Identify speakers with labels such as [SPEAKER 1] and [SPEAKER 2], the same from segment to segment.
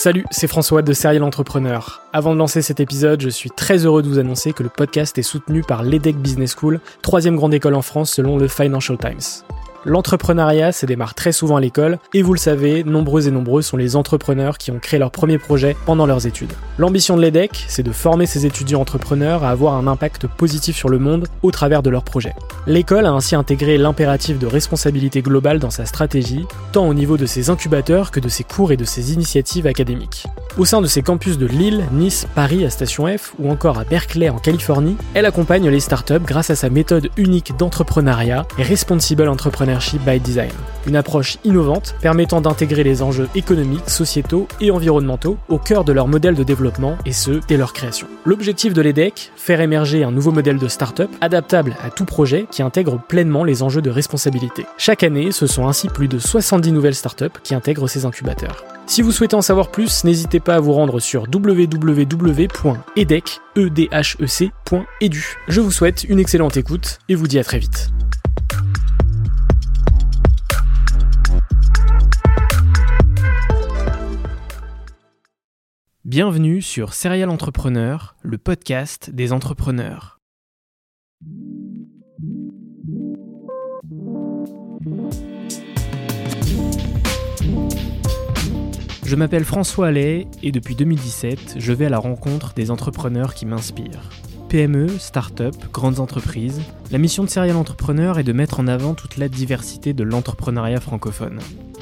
[SPEAKER 1] Salut, c'est François de Serial Entrepreneur. Avant de lancer cet épisode, je suis très heureux de vous annoncer que le podcast est soutenu par l'EDEC Business School, 3e grande école en France selon le Financial Times. L'entrepreneuriat, ça démarre très souvent à l'école, et vous le savez, nombreux et nombreux sont les entrepreneurs qui ont créé leur premier projet pendant leurs études. L'ambition de l'EDEC, c'est de former ces étudiants entrepreneurs à avoir un impact positif sur le monde au travers de leurs projets. L'école a ainsi intégré l'impératif de responsabilité globale dans sa stratégie, tant au niveau de ses incubateurs que de ses cours et de ses initiatives académiques. Au sein de ses campus de Lille, Nice, Paris à Station F ou encore à Berkeley en Californie, elle accompagne les startups grâce à sa méthode unique d'entrepreneuriat et Responsible Entrepreneurship by Design. Une approche innovante permettant d'intégrer les enjeux économiques, sociétaux et environnementaux au cœur de leur modèle de développement et ce, dès leur création. L'objectif de l'EDEC, faire émerger un nouveau modèle de startup adaptable à tout projet qui intègre pleinement les enjeux de responsabilité. Chaque année, ce sont ainsi plus de 70 nouvelles startups qui intègrent ces incubateurs. Si vous souhaitez en savoir plus, n'hésitez pas à vous rendre sur www.edec.edu. Je vous souhaite une excellente écoute et vous dis à très vite. Bienvenue sur Serial Entrepreneur, le podcast des entrepreneurs. Je m'appelle François Allais et depuis 2017, je vais à la rencontre des entrepreneurs qui m'inspirent. PME, start-up, grandes entreprises, la mission de Serial Entrepreneur est de mettre en avant toute la diversité de l'entrepreneuriat francophone.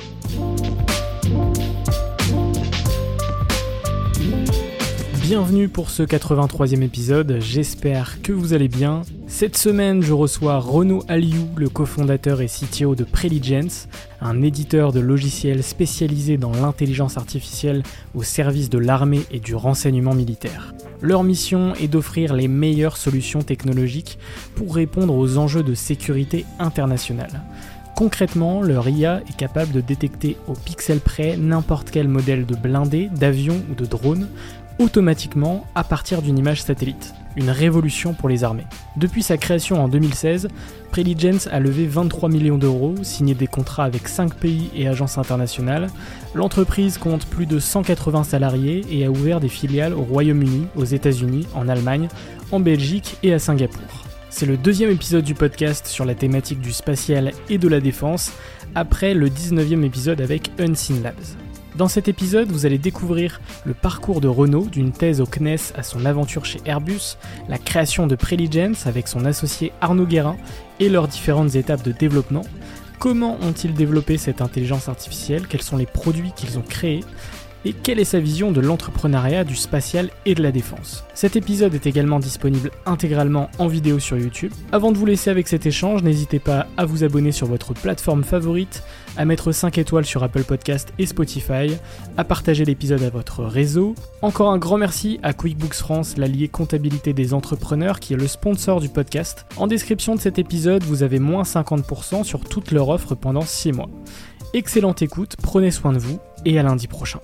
[SPEAKER 1] Bienvenue pour ce 83e épisode, j'espère que vous allez bien. Cette semaine, je reçois Renaud Alliou, le cofondateur et CTO de Preligens, un éditeur de logiciels spécialisé dans l'intelligence artificielle au service de l'armée et du renseignement militaire. Leur mission est d'offrir les meilleures solutions technologiques pour répondre aux enjeux de sécurité internationale. Concrètement, leur IA est capable de détecter au pixel près n'importe quel modèle de blindé, d'avion ou de drone, automatiquement à partir d'une image satellite. Une révolution pour les armées. Depuis sa création en 2016, Preligens a levé 23 millions d'euros, signé des contrats avec 5 pays et agences internationales. L'entreprise compte plus de 180 salariés et a ouvert des filiales au Royaume-Uni, aux États-Unis, en Allemagne, en Belgique et à Singapour. C'est le 2e épisode du podcast sur la thématique du spatial et de la défense, après le 19e épisode avec Unseen Labs. Dans cet épisode, vous allez découvrir le parcours de Renaud, d'une thèse au CNES à son aventure chez Airbus, la création de Preligens avec son associé Arnaud Guérin et leurs différentes étapes de développement. Comment ont-ils développé cette intelligence artificielle ? Quels sont les produits qu'ils ont créés ? Et quelle est sa vision de l'entrepreneuriat, du spatial et de la défense ? Cet épisode est également disponible intégralement en vidéo sur YouTube. Avant de vous laisser avec cet échange, n'hésitez pas à vous abonner sur votre plateforme favorite, à mettre 5 étoiles sur Apple Podcast et Spotify, à partager l'épisode à votre réseau. Encore un grand merci à QuickBooks France, l'allié comptabilité des entrepreneurs qui est le sponsor du podcast. En description de cet épisode, vous avez moins 50% sur toute leur offre pendant 6 mois. Excellente écoute, prenez soin de vous et à lundi prochain.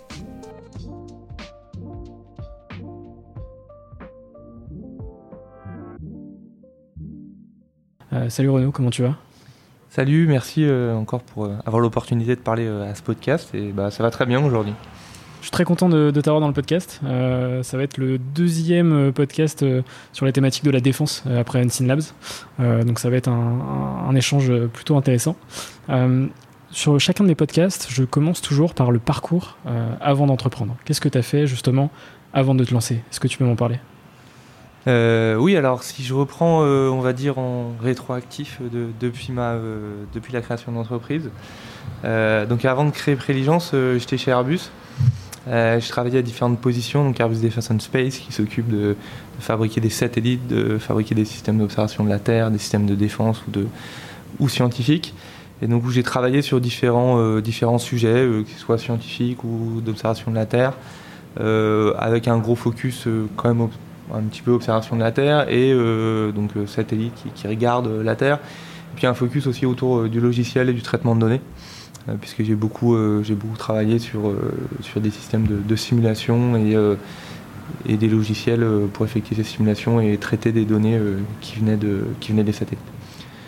[SPEAKER 1] Salut Renaud, comment tu vas ?
[SPEAKER 2] Salut, merci encore pour avoir l'opportunité de parler à ce podcast et ça va très bien aujourd'hui.
[SPEAKER 1] Je suis très content de t'avoir dans le podcast. Ça va être le 2e podcast sur la thématique de la défense après Unseen Labs. Donc ça va être un échange plutôt intéressant. Sur chacun de mes podcasts, je commence toujours par le parcours avant d'entreprendre. Qu'est-ce que tu as fait justement avant de te lancer ? Est-ce que tu peux m'en parler ?
[SPEAKER 2] Oui, alors si je reprends, on va dire en rétroactif depuis la création de l'entreprise. Donc avant de créer Preligens, j'étais chez Airbus. Je travaillais à différentes positions, donc Airbus Defence and Space qui s'occupe de fabriquer des satellites, de fabriquer des systèmes d'observation de la Terre, des systèmes de défense ou scientifiques. Et donc où j'ai travaillé sur différents sujets, qu'ils soient scientifiques ou d'observation de la Terre, avec un gros focus quand même un petit peu observation de la Terre et donc satellite qui regarde la Terre. Et puis un focus aussi autour du logiciel et du traitement de données, puisque j'ai beaucoup travaillé sur des systèmes de simulation et des logiciels pour effectuer ces simulations et traiter des données qui venaient des satellites.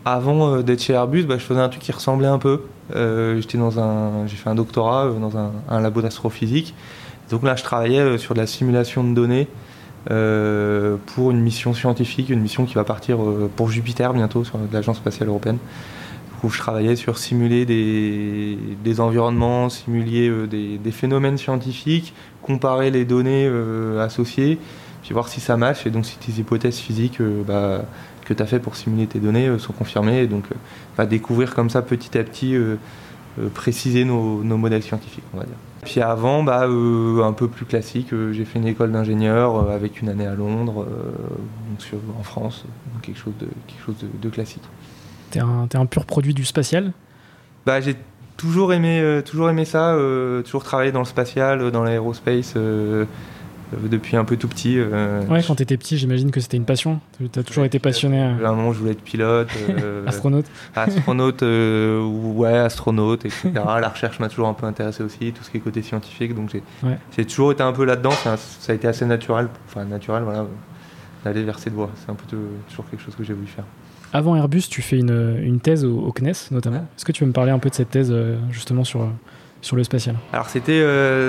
[SPEAKER 2] avant d'être chez Airbus, je faisais un truc qui ressemblait un peu. J'ai fait un doctorat dans un labo d'astrophysique. Donc là, je travaillais sur de la simulation de données pour une mission scientifique, une mission qui va partir pour Jupiter bientôt sur l'Agence spatiale européenne. Où je travaillais sur simuler des environnements, simuler des phénomènes scientifiques, comparer les données associées, puis voir si ça match, et donc si tes hypothèses physiques que tu as fait pour simuler tes données sont confirmées, et donc découvrir comme ça petit à petit, préciser nos modèles scientifiques, on va dire. Puis avant, un peu plus classique, j'ai fait une école d'ingénieur avec une année à Londres, en France, donc quelque chose de classique.
[SPEAKER 1] T'es un pur produit du spatial ?
[SPEAKER 2] J'ai toujours aimé ça, toujours travaillé dans le spatial, dans l'aérospace, depuis un peu tout petit.
[SPEAKER 1] Ouais, quand t'étais petit, j'imagine que c'était une passion. T'as toujours été passionné.
[SPEAKER 2] À un moment, je voulais être pilote.
[SPEAKER 1] Astronaute.
[SPEAKER 2] Astronaute, astronaute, etc. La recherche m'a toujours un peu intéressé aussi, tout ce qui est côté scientifique. Donc j'ai toujours été un peu là-dedans. Ça a été assez naturel, voilà, d'aller vers cette voie. C'est un peu toujours quelque chose que j'ai voulu faire.
[SPEAKER 1] Avant Airbus, tu fais une thèse au CNES, notamment. Ouais. Est-ce que tu veux me parler un peu de cette thèse, justement, sur le spatial ? Alors,
[SPEAKER 2] c'était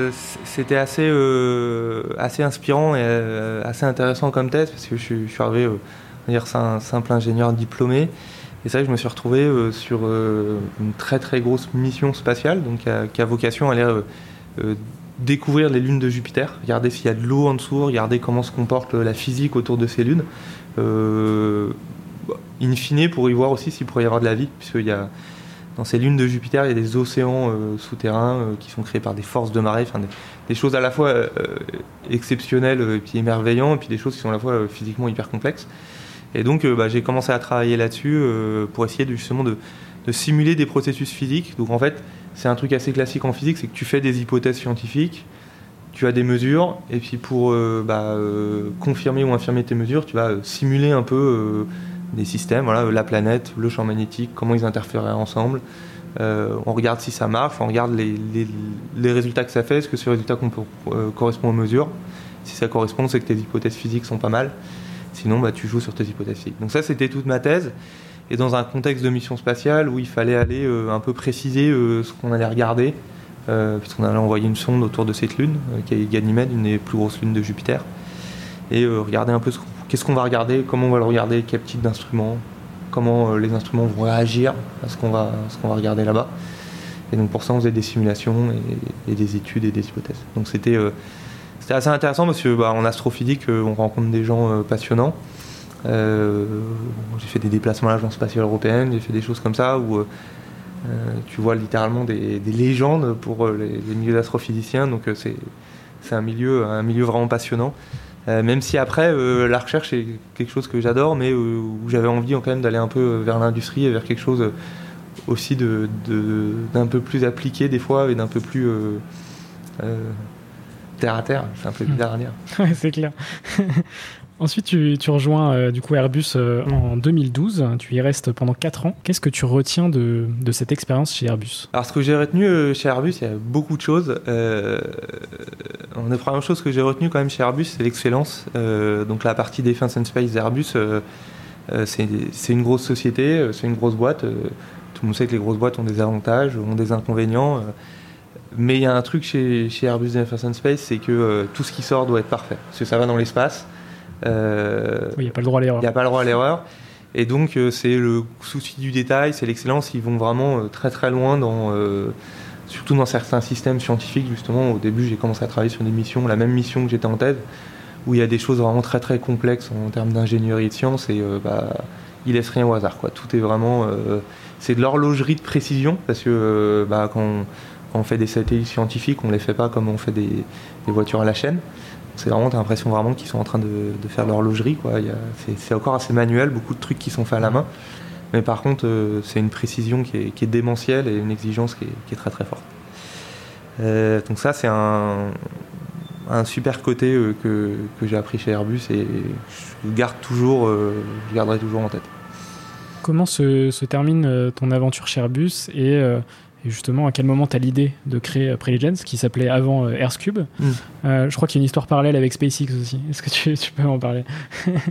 [SPEAKER 2] assez inspirant et assez intéressant comme thèse, parce que je suis arrivé, on va dire, un simple ingénieur diplômé. Et ça, je me suis retrouvé sur une très, très grosse mission spatiale, donc qui a vocation à aller découvrir les lunes de Jupiter, regarder s'il y a de l'eau en dessous, regarder comment se comporte la physique autour de ces lunes. In fine, pour y voir aussi s'il pourrait y avoir de la vie, puisque dans ces lunes de Jupiter, il y a des océans souterrains qui sont créés par des forces de marée, des choses à la fois exceptionnelles et puis émerveillantes, et puis des choses qui sont à la fois physiquement hyper complexes. Et donc j'ai commencé à travailler là-dessus pour essayer justement de simuler des processus physiques. Donc en fait, c'est un truc assez classique en physique, c'est que tu fais des hypothèses scientifiques, tu as des mesures, et puis pour confirmer ou infirmer tes mesures, tu vas simuler un peu des systèmes, voilà, la planète, le champ magnétique, comment ils interféraient ensemble. On regarde si ça marche, on regarde les résultats que ça fait, est-ce que ce résultat correspond aux mesures. Si ça correspond, c'est que tes hypothèses physiques sont pas mal. Sinon, tu joues sur tes hypothèses physiques. Donc ça, c'était toute ma thèse. Et dans un contexte de mission spatiale où il fallait aller un peu préciser ce qu'on allait regarder, puisqu'on allait envoyer une sonde autour de cette lune, qui est Ganymède, une des plus grosses lunes de Jupiter, et regarder un peu qu'est-ce qu'on va regarder, comment on va le regarder, quel type d'instrument, comment les instruments vont réagir à ce qu'on va regarder là-bas. Et donc pour ça, on faisait des simulations et des études et des hypothèses. Donc c'était assez intéressant parce que en astrophysique, on rencontre des gens passionnants. J'ai fait des déplacements à l'Agence spatiale européenne, j'ai fait des choses comme ça où tu vois littéralement des légendes pour les milieux d'astrophysiciens. Donc c'est un milieu vraiment passionnant. Même si après, la recherche est quelque chose que j'adore, mais où j'avais envie quand même d'aller un peu vers l'industrie et vers quelque chose aussi d'un peu plus appliqué des fois et d'un peu plus terre à terre. C'est un peu bizarre à dire.
[SPEAKER 1] Ouais, c'est clair. Ensuite, tu rejoins du coup Airbus en 2012. Tu y restes pendant 4 ans. Qu'est-ce que tu retiens de cette expérience chez Airbus ?
[SPEAKER 2] Alors, ce que j'ai retenu chez Airbus, il y a beaucoup de choses. La première chose que j'ai retenue quand même chez Airbus, c'est l'excellence. Donc, la partie Defense and Space d'Airbus, c'est une grosse société, c'est une grosse boîte. Tout le monde sait que les grosses boîtes ont des avantages, ont des inconvénients. Mais il y a un truc chez Airbus Defense and Space, c'est que tout ce qui sort doit être parfait. Parce que ça va dans l'espace.
[SPEAKER 1] Oui, il n'y a pas le droit à l'erreur.
[SPEAKER 2] Il n'y a pas le droit à l'erreur. Et donc, c'est le souci du détail, c'est l'excellence. Ils vont vraiment très très loin, surtout dans certains systèmes scientifiques. Justement, au début, j'ai commencé à travailler sur des missions, la même mission que j'étais en thèse, où il y a des choses vraiment très très complexes en termes d'ingénierie et de science. Et ils laissent rien au hasard, quoi. Tout est vraiment... c'est de l'horlogerie de précision, parce que quand on fait des satellites scientifiques, on ne les fait pas comme on fait des voitures à la chaîne. C'est vraiment, t'as l'impression vraiment qu'ils sont en train de faire de l'horlogerie, quoi. C'est encore assez manuel, beaucoup de trucs qui sont faits à la main. Mais par contre, c'est une précision qui est démentielle et une exigence qui est très très forte. Donc ça, c'est un super côté que j'ai appris chez Airbus et je garderai toujours en tête.
[SPEAKER 1] Comment se termine ton aventure chez Airbus et justement, à quel moment tu as l'idée de créer Preligens, qui s'appelait avant Airscube. Je crois qu'il y a une histoire parallèle avec SpaceX aussi. Est-ce que tu peux en parler ?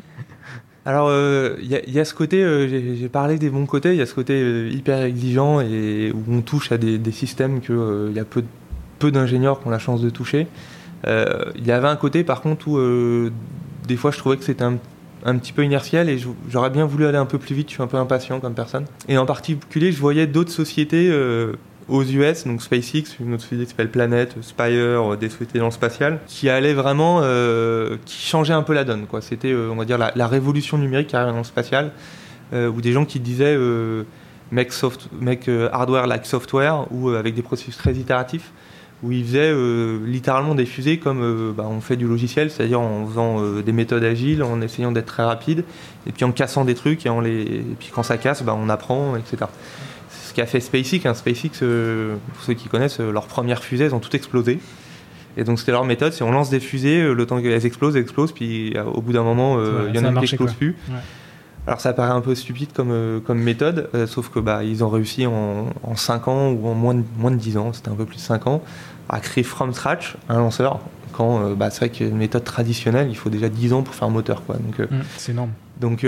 [SPEAKER 2] Alors, y a ce côté, j'ai parlé des bons côtés, il y a ce côté hyper exigeant et où on touche à des systèmes qu'il y a peu d'ingénieurs qui ont la chance de toucher. Il y avait un côté, par contre, où des fois je trouvais que c'était un petit peu inertiel et j'aurais bien voulu aller un peu plus vite, je suis un peu impatient comme personne. Et en particulier, je voyais d'autres sociétés aux US, donc SpaceX, une autre société qui s'appelle Planet, Spire, des sociétés dans le spatial, qui allaient vraiment, qui changeaient un peu la donne, quoi. C'était, on va dire, la révolution numérique qui arrive dans le spatial, où des gens qui disaient make hardware like software, ou avec des processus très itératifs, où ils faisaient littéralement des fusées comme on fait du logiciel, c'est-à-dire en faisant des méthodes agiles, en essayant d'être très rapide, et puis en cassant des trucs, et puis quand ça casse, on apprend, etc. Ce qu'a fait SpaceX, pour ceux qui connaissent, leurs premières fusées, elles ont toutes explosé. Et donc c'était leur méthode, c'est on lance des fusées, le temps qu'elles explosent, puis au bout d'un moment, il y en a une qui n'explose plus. Ouais. Alors ça paraît un peu stupide comme méthode, sauf que ils ont réussi en 5 ans ou en moins de 10 ans, c'était un peu plus de 5 ans, à créer from scratch un lanceur. Quand c'est vrai qu'une méthode traditionnelle, il faut déjà 10 ans pour faire un moteur, quoi. Donc,
[SPEAKER 1] c'est énorme.
[SPEAKER 2] Donc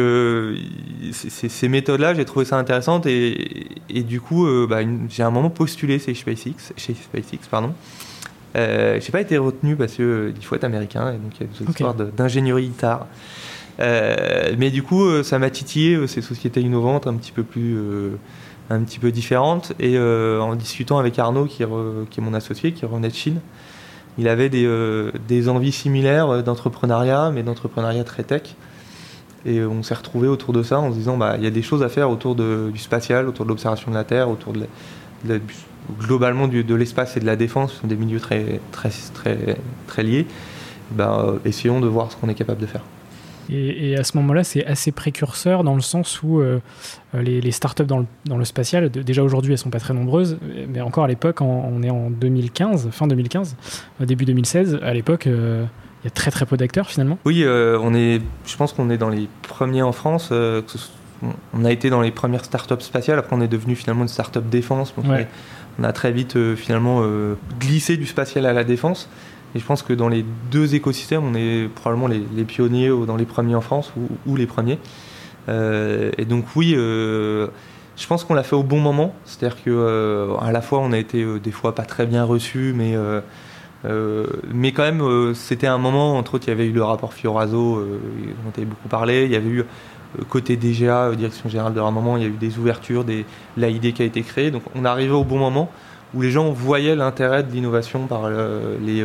[SPEAKER 2] ces méthodes-là, j'ai trouvé ça intéressante et du coup, j'ai à un moment postulé chez SpaceX, pardon. J'ai pas été retenu parce que il faut être américain et donc il y a des histoires d'ingénierie tard. Mais du coup, ça m'a titillé ces sociétés innovantes un petit peu différentes. Et en discutant avec Arnaud, qui est mon associé, qui revenait de Chine, il avait des envies similaires d'entrepreneuriat, mais d'entrepreneuriat très tech. Et on s'est retrouvés autour de ça en se disant il y a des choses à faire autour du spatial, autour de l'observation de la Terre, autour globalement de l'espace et de la défense, ce sont des milieux très, très, très, très liés. Essayons de voir ce qu'on est capable de faire.
[SPEAKER 1] Et à ce moment-là, c'est assez précurseur dans le sens où les startups dans le spatial, déjà aujourd'hui, elles ne sont pas très nombreuses, mais encore à l'époque, on est en 2015, fin 2015, début 2016, à l'époque, il y a très très peu d'acteurs finalement.
[SPEAKER 2] Oui, je pense qu'on est dans les premiers en France. On a été dans les premières startups spatiales, après on est devenu finalement une startup défense, donc ouais. On a très vite finalement glissé du spatial à la défense. Et je pense que dans les deux écosystèmes, on est probablement les pionniers ou dans les premiers en France ou les premiers. Et donc oui, je pense qu'on l'a fait au bon moment. C'est-à-dire qu'à la fois, on a été des fois pas très bien reçus, mais quand même, c'était un moment, entre autres, il y avait eu le rapport Fioraso, dont on avait beaucoup parlé. Il y avait eu, côté DGA, Direction Générale de l'Armement, il y a eu des ouvertures, l'AID qui a été créée. Donc on est arrivé au bon moment, où les gens voyaient l'intérêt de l'innovation par les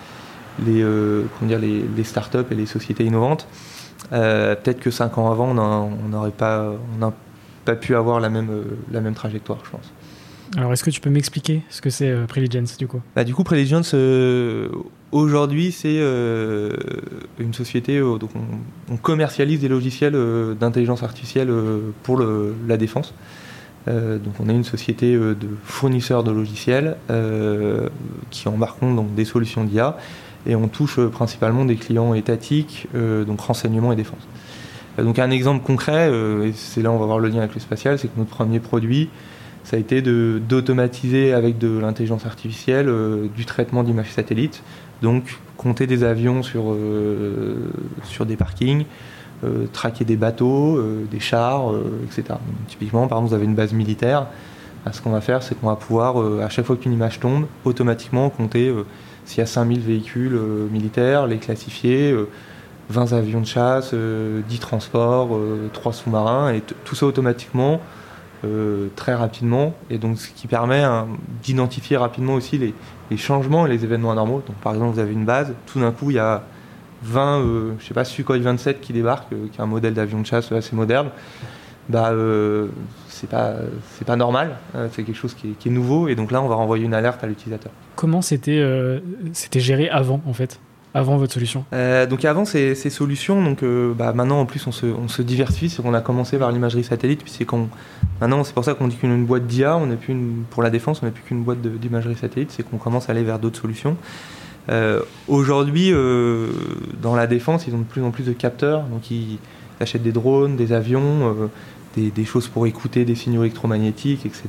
[SPEAKER 2] startups et les sociétés innovantes. Peut-être que 5 ans avant, on n'a pas pu avoir la même trajectoire, je pense.
[SPEAKER 1] Alors, est-ce que tu peux m'expliquer ce que c'est Preligens, du coup ?
[SPEAKER 2] Du coup, Preligens, aujourd'hui, c'est une société, donc on commercialise des logiciels d'intelligence artificielle pour la défense. Donc on est une société de fournisseurs de logiciels qui embarquons donc des solutions d'IA et on touche principalement des clients étatiques, donc renseignement et défense. Donc un exemple concret, et c'est là on va voir le lien avec le spatial, c'est que notre premier produit, ça a été d'automatiser avec de l'intelligence artificielle du traitement d'images satellites, donc compter des avions sur des parkings, traquer des bateaux, des chars, etc. Donc, typiquement, par exemple, vous avez une base militaire. Ce qu'on va faire, c'est qu'on va pouvoir, à chaque fois qu'une image tombe, automatiquement compter s'il y a 5000 véhicules militaires, les classifier, 20 avions de chasse, 10 transports, 3 sous-marins, et tout ça automatiquement, très rapidement. Et donc, ce qui permet d'identifier rapidement aussi les changements et les événements anormaux. Donc, par exemple, vous avez une base, tout d'un coup, il y a 20, Sukhoi 27 qui débarque, qui est un modèle d'avion de chasse assez moderne, c'est pas normal, c'est quelque chose qui est nouveau, et donc là on va renvoyer une alerte à l'utilisateur.
[SPEAKER 1] Comment c'était géré avant, en fait, avant votre solution ?
[SPEAKER 2] Donc avant ces solutions, donc maintenant en plus on se diversifie, c'est qu'on a commencé par l'imagerie satellite, puis maintenant c'est pour ça qu'on dit qu'une boîte d'IA, pour la défense, on n'est plus qu'une boîte d'imagerie satellite, c'est qu'on commence à aller vers d'autres solutions. Aujourd'hui, dans la défense, ils ont de plus en plus de capteurs, donc ils achètent des drones, des avions, des choses pour écouter des signaux électromagnétiques, etc.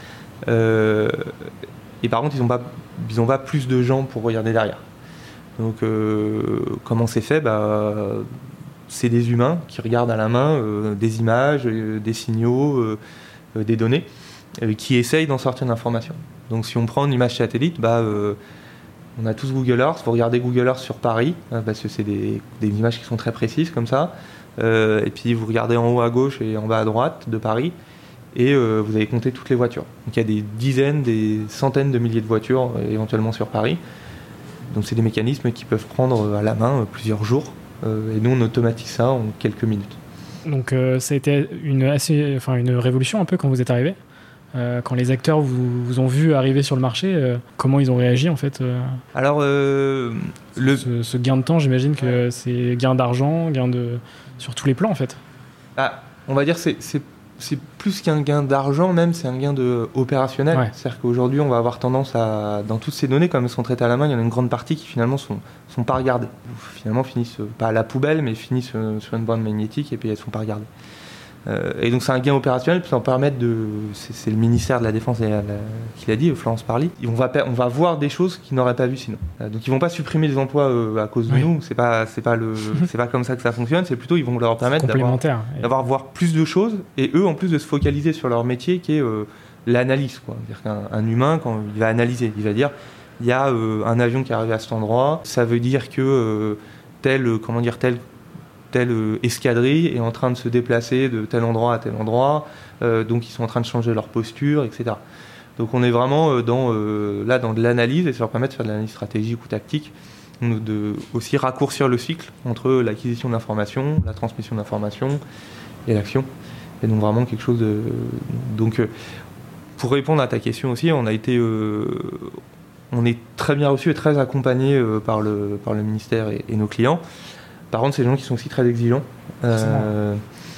[SPEAKER 2] Et par contre, ils n'ont pas plus de gens pour regarder derrière. Donc, comment c'est fait ? c'est des humains qui regardent à la main des images, des signaux, des données, qui essayent d'en sortir de l'information. Donc si on prend une image satellite, on a tous Google Earth. Vous regardez Google Earth sur Paris, parce que c'est des images qui sont très précises comme ça. Et puis vous regardez en haut à gauche et en bas à droite de Paris, et vous avez compté toutes les voitures. Donc il y a des dizaines, des centaines de milliers de voitures éventuellement sur Paris. Donc c'est des mécanismes qui peuvent prendre à la main plusieurs jours. Et nous on automatise ça en quelques minutes.
[SPEAKER 1] Donc ça a été une révolution un peu quand vous êtes arrivé. Quand les acteurs vous ont vu arriver sur le marché, comment ils ont réagi en fait
[SPEAKER 2] Alors,
[SPEAKER 1] ce gain de temps, j'imagine que c'est gain d'argent, sur tous les plans en fait.
[SPEAKER 2] On va dire c'est plus qu'un gain d'argent, même c'est un gain opérationnel.
[SPEAKER 1] Ouais.
[SPEAKER 2] C'est-à-dire qu'aujourd'hui, on va avoir tendance dans toutes ces données, comme elles sont traitées à la main, il y en a une grande partie qui finalement sont pas regardées. Finalement, finissent pas à la poubelle, mais finissent sur une bande magnétique et puis elles sont pas regardées. Et donc c'est un gain opérationnel, puis ça en permet c'est le ministère de la Défense qui l'a dit, Florence Parly. On va voir des choses qu'ils n'auraient pas vues sinon. Donc ils vont pas supprimer les emplois à cause de nous. C'est pas comme ça que ça fonctionne. C'est plutôt ils vont leur permettre d'avoir voir plus de choses, et eux en plus de se focaliser sur leur métier qui est l'analyse, quoi. C'est-à-dire qu'un humain, quand il va analyser, il va dire il y a un avion qui est arrivé à cet endroit, ça veut dire que telle escadrille est en train de se déplacer de tel endroit à tel endroit, donc ils sont en train de changer leur posture, etc. Donc on est vraiment dans de l'analyse, et ça leur permet de faire de l'analyse stratégique ou tactique, de aussi raccourcir le cycle entre l'acquisition d'informations, la transmission d'informations et l'action. Et donc vraiment quelque chose de... Donc pour répondre à ta question aussi, on est très bien reçu et très accompagné par le ministère et nos clients. Par contre, c'est des gens qui sont aussi très exigeants. La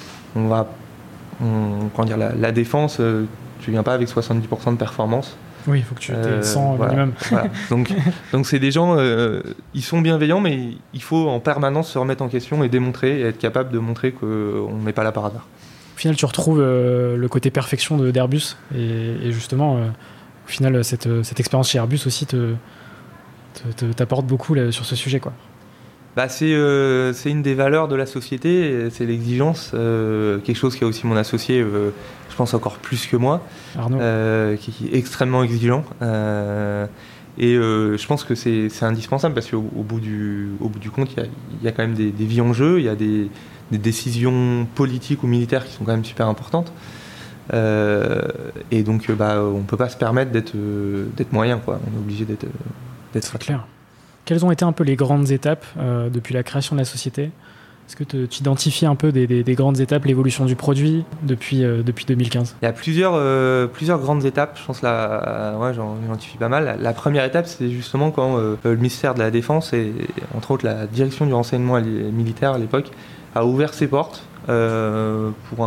[SPEAKER 2] défense, tu viens pas avec 70% de performance.
[SPEAKER 1] Oui, il faut que tu aies 100 minimum.
[SPEAKER 2] Voilà. Donc c'est des gens, ils sont bienveillants, mais il faut en permanence se remettre en question et démontrer, et être capable de montrer qu'on n'est pas là par hasard.
[SPEAKER 1] Au final, tu retrouves le côté perfection d'Airbus, et justement, au final, cette expérience chez Airbus aussi t'apporte beaucoup sur ce sujet, quoi.
[SPEAKER 2] C'est une des valeurs de la société, c'est l'exigence, quelque chose qui a aussi mon associé, je pense encore plus que moi,
[SPEAKER 1] Arnaud,
[SPEAKER 2] qui est extrêmement exigeant, et je pense que c'est indispensable, parce qu'au bout du compte, il y a quand même des vies en jeu, il y a des décisions politiques ou militaires qui sont quand même super importantes, et donc on peut pas se permettre d'être moyen, quoi. On est obligé d'être
[SPEAKER 1] c'est clair. Quelles ont été un peu les grandes étapes depuis la création de la société ? Est-ce que tu identifies un peu des grandes étapes, l'évolution du produit depuis 2015 ?
[SPEAKER 2] Il y a plusieurs grandes étapes, je pense j'en identifie pas mal. La première étape, c'est justement quand le ministère de la Défense et entre autres la direction du renseignement militaire à l'époque a ouvert ses portes pour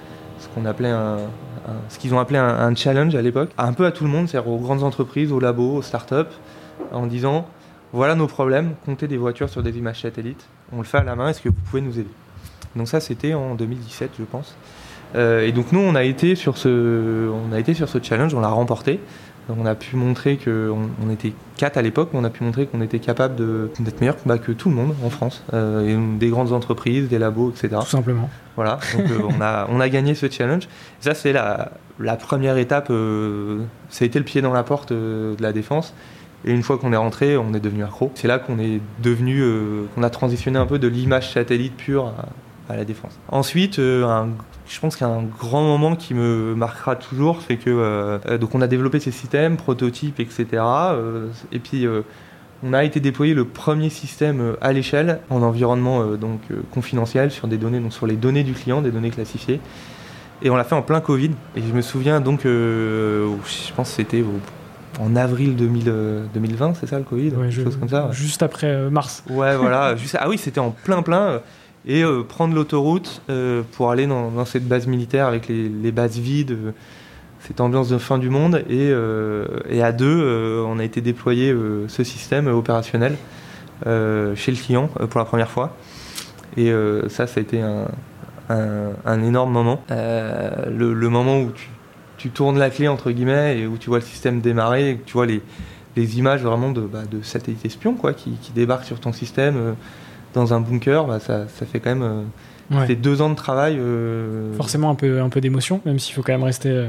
[SPEAKER 2] ce qu'ils ont appelé un challenge à l'époque, un peu à tout le monde, c'est-à-dire aux grandes entreprises, aux labos, aux startups, en disant voilà nos problèmes, comptez des voitures sur des images satellites, on le fait à la main, est-ce que vous pouvez nous aider ? Donc ça c'était en 2017 je pense. Et donc nous on a été sur ce challenge, on l'a remporté. Donc on a pu montrer on était 4 à l'époque, mais on a pu montrer qu'on était capable d'être meilleur que tout le monde en France, et des grandes entreprises, des labos, etc.
[SPEAKER 1] Tout simplement.
[SPEAKER 2] Voilà, donc on a gagné ce challenge. Et ça c'est la première étape, ça a été le pied dans la porte de la défense. Et une fois qu'on est rentré, on est devenu accro. C'est là qu'on a transitionné un peu de l'image satellite pure à la défense. Ensuite, je pense qu'un grand moment qui me marquera toujours, c'est que donc on a développé ces systèmes, prototypes, etc. Et puis on a été déployer le premier système à l'échelle en environnement confidentiel sur des données, donc sur les données du client, des données classifiées. Et on l'a fait en plein Covid. Et je me souviens donc, je pense que c'était en avril 2020, c'est ça le Covid, quelque chose comme ça. Ouais.
[SPEAKER 1] Juste après mars.
[SPEAKER 2] Ouais, voilà. C'était en plein. Et prendre l'autoroute pour aller dans cette base militaire avec les bases vides, cette ambiance de fin du monde. Et à deux, on a été déployer ce système opérationnel chez le client pour la première fois. Et ça a été un énorme moment. Le moment où tu tournes la clé entre guillemets et où tu vois le système démarrer et que tu vois les images vraiment de satellites espions, quoi, qui débarquent sur ton système dans un bunker, bah, ça fait quand même c'est 2 ans de travail.
[SPEAKER 1] Forcément un peu d'émotion, même s'il faut quand même rester.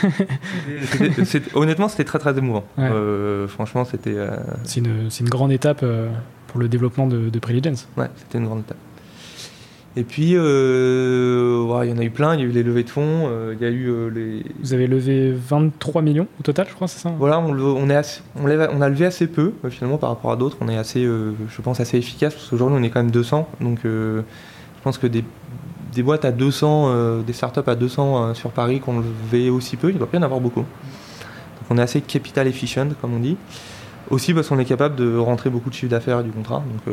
[SPEAKER 2] Honnêtement, c'était très très émouvant.
[SPEAKER 1] Ouais.
[SPEAKER 2] Franchement, c'était.
[SPEAKER 1] C'est une grande étape pour le développement de Preligence.
[SPEAKER 2] Ouais, c'était une grande étape. Et puis, il y en a eu plein. Il y a eu les levées de fonds. Il y a eu les.
[SPEAKER 1] Vous avez levé 23 millions au total, je crois, c'est ça?
[SPEAKER 2] Voilà, on a levé assez peu finalement par rapport à d'autres. On est assez, je pense, assez efficace parce qu'aujourd'hui on est quand même 200. Donc, je pense que des boîtes à 200, des startups à 200 sur Paris qu'on levait aussi peu, il doit bien y en avoir beaucoup. Donc, on est assez capital efficient, comme on dit. Aussi parce qu'on est capable de rentrer beaucoup de chiffre d'affaires du contrat. Donc,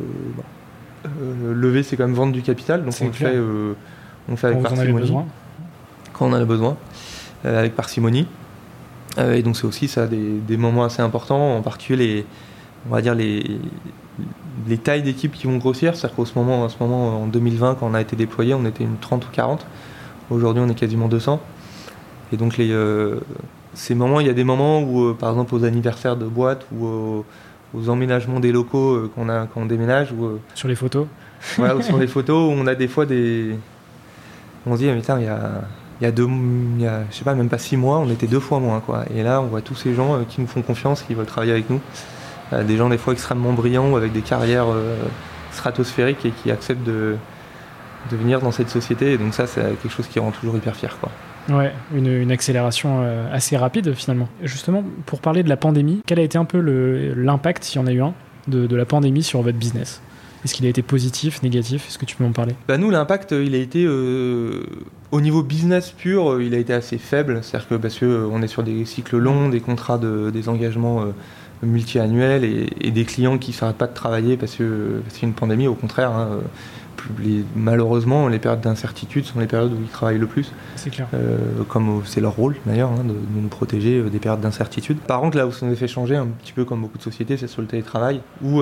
[SPEAKER 2] lever, c'est quand même vendre du capital. Donc, on le fait avec parcimonie. Quand on en a besoin, avec parcimonie. Et donc, c'est aussi ça des moments assez importants, en particulier on va dire les tailles d'équipe qui vont grossir. C'est-à-dire qu'en ce moment, en 2020, quand on a été déployé, on était une 30 ou 40. Aujourd'hui, on est quasiment 200. Et donc, ces moments, il y a des moments où, par exemple, aux anniversaires de boîtes ou aux emménagements des locaux quand on déménage.
[SPEAKER 1] Sur les photos.
[SPEAKER 2] Ouais, ou sur les photos, où on a des fois on se dit, mais putain, il y a je sais pas, même pas 6 mois, on était 2 fois moins, quoi. Et là, on voit tous ces gens qui nous font confiance, qui veulent travailler avec nous. Des gens des fois extrêmement brillants ou avec des carrières stratosphériques et qui acceptent de venir dans cette société. Et donc ça, c'est quelque chose qui rend toujours hyper fier, quoi.
[SPEAKER 1] Ouais, une accélération assez rapide finalement. Justement, pour parler de la pandémie, quel a été un peu l'impact, s'il y en a eu un, de la pandémie sur votre business? Est-ce qu'il a été positif, négatif? Est-ce que tu peux m'en parler?
[SPEAKER 2] Bah nous, l'impact, il a été au niveau business pur, il a été assez faible. C'est-à-dire que parce qu'on est sur des cycles longs, des contrats, des engagements multi-annuels et des clients qui ne s'arrêtent pas de travailler parce qu'il y a une pandémie. Au contraire, hein, malheureusement, les périodes d'incertitude sont les périodes où ils travaillent le plus.
[SPEAKER 1] C'est clair.
[SPEAKER 2] Comme c'est leur rôle d'ailleurs, hein, de nous protéger des périodes d'incertitude. Par contre, là où ça nous a fait changer un petit peu comme beaucoup de sociétés, c'est sur le télétravail. Où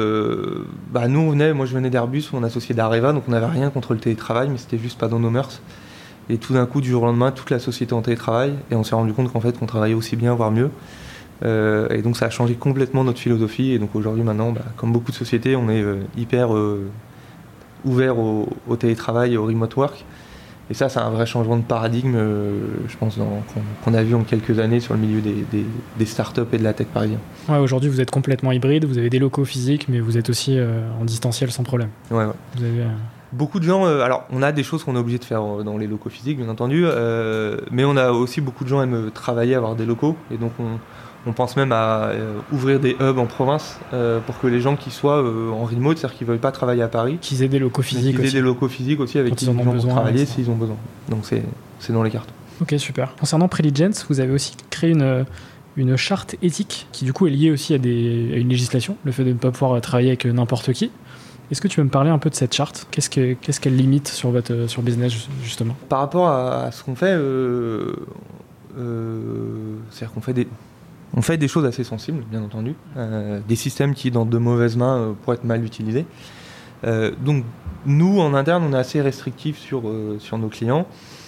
[SPEAKER 2] moi je venais d'Airbus, mon associé d'Areva, donc on n'avait rien contre le télétravail, mais c'était juste pas dans nos mœurs. Et tout d'un coup, du jour au lendemain, toute la société en télétravail, et on s'est rendu compte qu'en fait, qu'on travaillait aussi bien, voire mieux. Et donc ça a changé complètement notre philosophie. Et donc aujourd'hui, maintenant, comme beaucoup de sociétés, on est hyper ouvert au télétravail et au remote work. Et ça, c'est un vrai changement de paradigme, je pense, qu'on a vu en quelques années sur le milieu des startups et de la tech parisienne.
[SPEAKER 1] Ouais, aujourd'hui, vous êtes complètement hybride, vous avez des locaux physiques, mais vous êtes aussi en distanciel sans problème.
[SPEAKER 2] Ouais.
[SPEAKER 1] Vous avez,
[SPEAKER 2] Beaucoup de gens, alors on a des choses qu'on est obligé de faire dans les locaux physiques, bien entendu, mais on a aussi beaucoup de gens qui aiment travailler, avoir des locaux, et donc on pense même à ouvrir des hubs en province pour que les gens qui soient en remote, c'est-à-dire qu'ils ne veulent pas travailler à Paris,
[SPEAKER 1] qu'ils aient des locaux physiques
[SPEAKER 2] qu'ils aient des locaux physiques aussi avec qui ils vont travailler s'ils ont besoin. Donc c'est dans les cartes.
[SPEAKER 1] Ok, super. Concernant Preligence, vous avez aussi créé une charte éthique qui du coup est liée aussi à une législation, le fait de ne pas pouvoir travailler avec n'importe qui. Est-ce que tu veux me parler un peu de cette charte? Qu'est-ce qu'elle limite sur votre business justement?
[SPEAKER 2] Par rapport à ce qu'on fait, c'est-à-dire qu'on fait on fait des choses assez sensibles, bien entendu, des systèmes qui, dans de mauvaises mains, pourraient être mal utilisés. Donc, nous, en interne, on est assez restrictifs sur nos clients,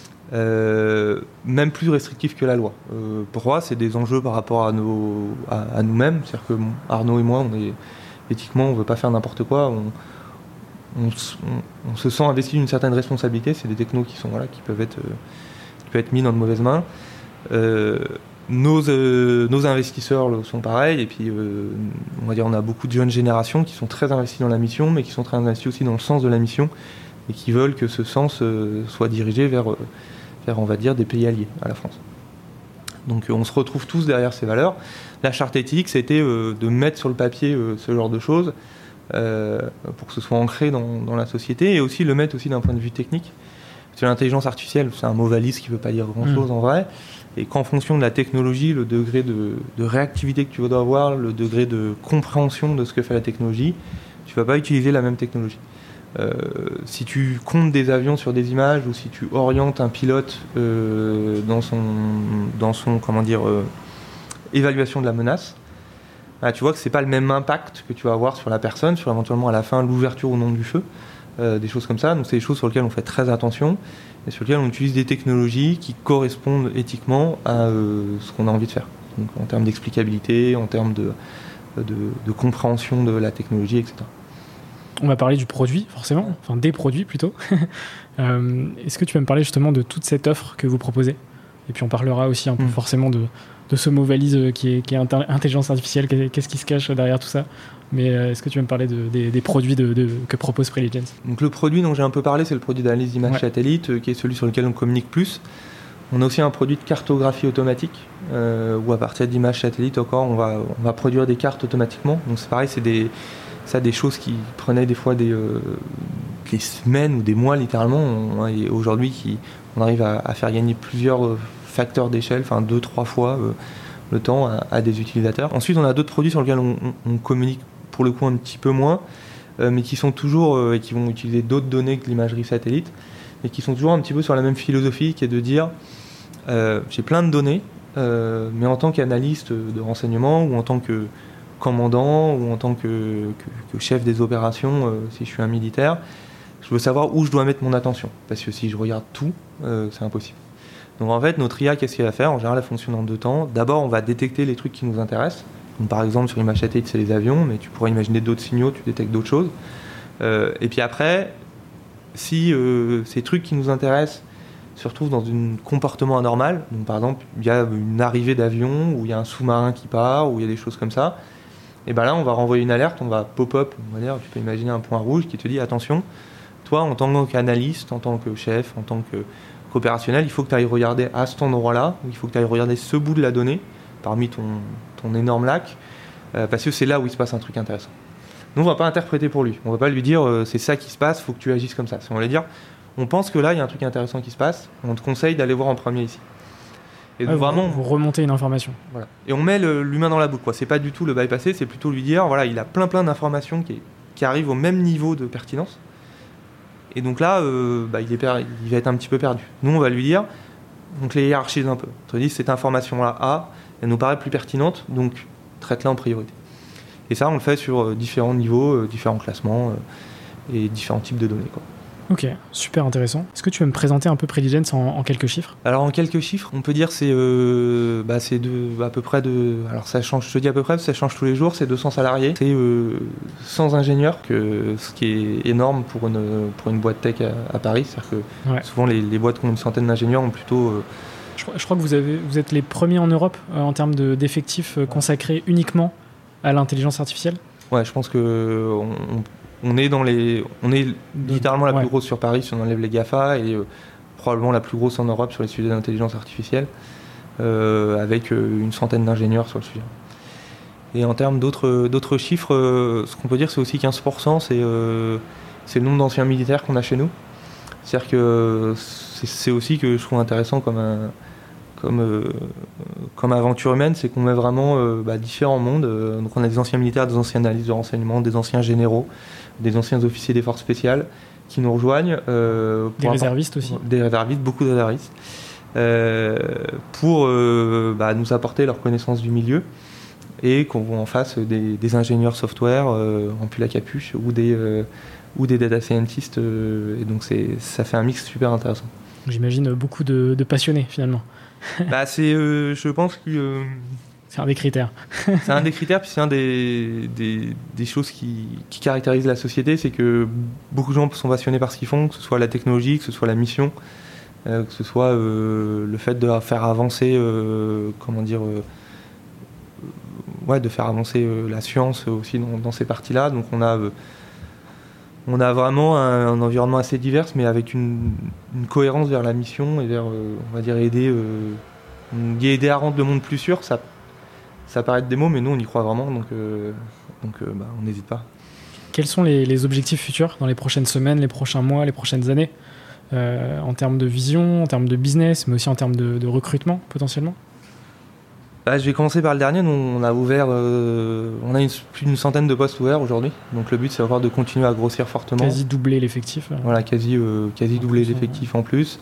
[SPEAKER 2] même plus restrictifs que la loi. Pour moi, c'est des enjeux par rapport à nous-mêmes. C'est-à-dire que Arnaud et moi, éthiquement, on ne veut pas faire n'importe quoi. On se sent investi d'une certaine responsabilité. C'est des technos qui peuvent être mis dans de mauvaises mains. Nos investisseurs sont pareils, et puis on va dire on a beaucoup de jeunes générations qui sont très investis dans la mission, mais qui sont très investis aussi dans le sens de la mission et qui veulent que ce sens soit dirigé vers on va dire des pays alliés à la France. Donc on se retrouve tous derrière ces valeurs. La charte éthique, c'était de mettre sur le papier ce genre de choses pour que ce soit ancré dans la société, et aussi le mettre aussi d'un point de vue technique. Parce que l'intelligence artificielle, c'est un mot valise qui ne veut pas dire grand-chose en vrai. Et qu'en fonction de la technologie, le degré de réactivité que tu dois avoir, le degré de compréhension de ce que fait la technologie, tu ne vas pas utiliser la même technologie. Si tu comptes des avions sur des images, ou si tu orientes un pilote dans son évaluation de la menace, tu vois que c'est pas le même impact que tu vas avoir sur la personne, sur éventuellement à la fin l'ouverture ou non du feu, des choses comme ça. Donc c'est des choses sur lesquelles on fait très attention et sur lesquelles on utilise des technologies qui correspondent éthiquement à ce qu'on a envie de faire. Donc en termes d'explicabilité, en termes de compréhension de la technologie, etc.
[SPEAKER 1] On va parler du produit, forcément, enfin des produits plutôt. Est-ce que tu vas me parler justement de toute cette offre que vous proposez ? Et puis on parlera aussi un peu forcément de ce mot valise qui est intelligence artificielle, qu'est-ce qui se cache derrière tout ça. Mais est-ce que tu vas me parler des produits que propose Preligens ?
[SPEAKER 2] Donc le produit dont j'ai un peu parlé, c'est le produit d'analyse d'images satellite, qui est celui sur lequel on communique plus. On a aussi un produit de cartographie automatique, où à partir d'images satellites encore, on va produire des cartes automatiquement. Donc c'est pareil, c'est des choses qui prenaient des fois des semaines ou des mois littéralement, et aujourd'hui on arrive à faire gagner plusieurs facteurs d'échelle, enfin 2-3 fois le temps à des utilisateurs. Ensuite on a d'autres produits sur lesquels on communique pour le coup un petit peu moins, mais qui sont toujours, et qui vont utiliser d'autres données que l'imagerie satellite, et qui sont toujours un petit peu sur la même philosophie, qui est de dire j'ai plein de données, mais en tant qu'analyste de renseignement, ou en tant que commandant, ou en tant que chef des opérations, si je suis un militaire, je veux savoir où je dois mettre mon attention, parce que si je regarde tout, c'est impossible. Donc en fait, notre IA, qu'est-ce qu'elle va faire ? En général, elle fonctionne en 2 temps. D'abord, on va détecter les trucs qui nous intéressent. Donc, par exemple, sur l'image satellite, c'est les avions, mais tu pourrais imaginer d'autres signaux, tu détectes d'autres choses. Et puis après, si ces trucs qui nous intéressent se retrouvent dans un comportement anormal, donc par exemple, il y a une arrivée d'avion, ou il y a un sous-marin qui part, ou il y a des choses comme ça, et bien là, on va renvoyer une alerte, on va pop-up, on va dire, tu peux imaginer un point rouge qui te dit attention, toi, en tant qu'analyste, en tant que chef, en tant qu'opérationnel, il faut que tu ailles regarder à cet endroit-là, il faut que tu ailles regarder ce bout de la donnée, parmi ton énorme lac, parce que c'est là où il se passe un truc intéressant. Nous, on ne va pas interpréter pour lui, on ne va pas lui dire c'est ça qui se passe, il faut que tu agisses comme ça. On va lui dire on pense que là, il y a un truc intéressant qui se passe, on te conseille d'aller voir en premier ici.
[SPEAKER 1] Et donc vraiment, vous remontez une information.
[SPEAKER 2] Voilà. Et on met l'humain dans la boucle, quoi. C'est pas du tout le bypasser, c'est plutôt lui dire voilà, il a plein d'informations qui arrivent au même niveau de pertinence. Et donc là, il va être un petit peu perdu. Nous, on va lui dire, donc les hiérarchise un peu. On te dit cette information-là A, elle nous paraît plus pertinente, donc traite-la en priorité. Et ça, on le fait sur différents niveaux, différents classements et différents types de données, quoi.
[SPEAKER 1] Ok, super intéressant. Est-ce que tu veux me présenter un peu Preligens en quelques chiffres ?
[SPEAKER 2] Alors en quelques chiffres, on peut dire c'est à peu près de... Alors ça change, je te dis à peu près, ça change tous les jours, c'est 200 salariés, c'est 100 ingénieurs, ce qui est énorme pour une boîte tech à Paris. C'est-à-dire que souvent les boîtes qui ont une centaine d'ingénieurs ont plutôt...
[SPEAKER 1] Je crois que vous êtes les premiers en Europe en termes d'effectifs consacrés uniquement à l'intelligence artificielle.
[SPEAKER 2] Ouais, je pense que on est littéralement la plus grosse sur Paris si on enlève les GAFA, et probablement la plus grosse en Europe sur les sujets d'intelligence artificielle, avec une centaine d'ingénieurs sur le sujet. Et en termes d'autres chiffres, ce qu'on peut dire, c'est aussi 15%, c'est le nombre d'anciens militaires qu'on a chez nous. C'est-à-dire que c'est aussi que je trouve intéressant comme aventure humaine, c'est qu'on met vraiment différents mondes. Donc on a des anciens militaires, des anciens analystes de renseignement, des anciens généraux, des anciens officiers des forces spéciales qui nous rejoignent.
[SPEAKER 1] Des réservistes aussi.
[SPEAKER 2] Des réservistes, beaucoup de réservistes, pour nous apporter leur connaissance du milieu, et qu'on voit en face des ingénieurs software en pull à capuche, ou des data scientists, et donc ça fait un mix super intéressant.
[SPEAKER 1] J'imagine beaucoup de passionnés finalement.
[SPEAKER 2] Je pense que
[SPEAKER 1] c'est un des critères.
[SPEAKER 2] C'est un des critères, puis c'est un des choses qui caractérisent la société, c'est que beaucoup de gens sont passionnés par ce qu'ils font, que ce soit la technologie, que ce soit la mission, que ce soit le fait de faire avancer, de faire avancer la science aussi dans ces parties-là. Donc on a vraiment un environnement assez divers, mais avec une cohérence vers la mission et vers, on va dire, aider à rendre le monde plus sûr. Ça paraît être des mots, mais nous on y croit vraiment, donc on n'hésite pas.
[SPEAKER 1] Quels sont les objectifs futurs dans les prochaines semaines, les prochains mois, les prochaines années, en termes de vision, en termes de business, mais aussi en termes de recrutement potentiellement ?
[SPEAKER 2] Je vais commencer par le dernier. Nous, on a ouvert, plus d'une centaine de postes ouverts aujourd'hui. Donc le but, c'est encore de continuer à grossir fortement.
[SPEAKER 1] Quasi doubler l'effectif.
[SPEAKER 2] Voilà, quasi doubler l'effectif en plus.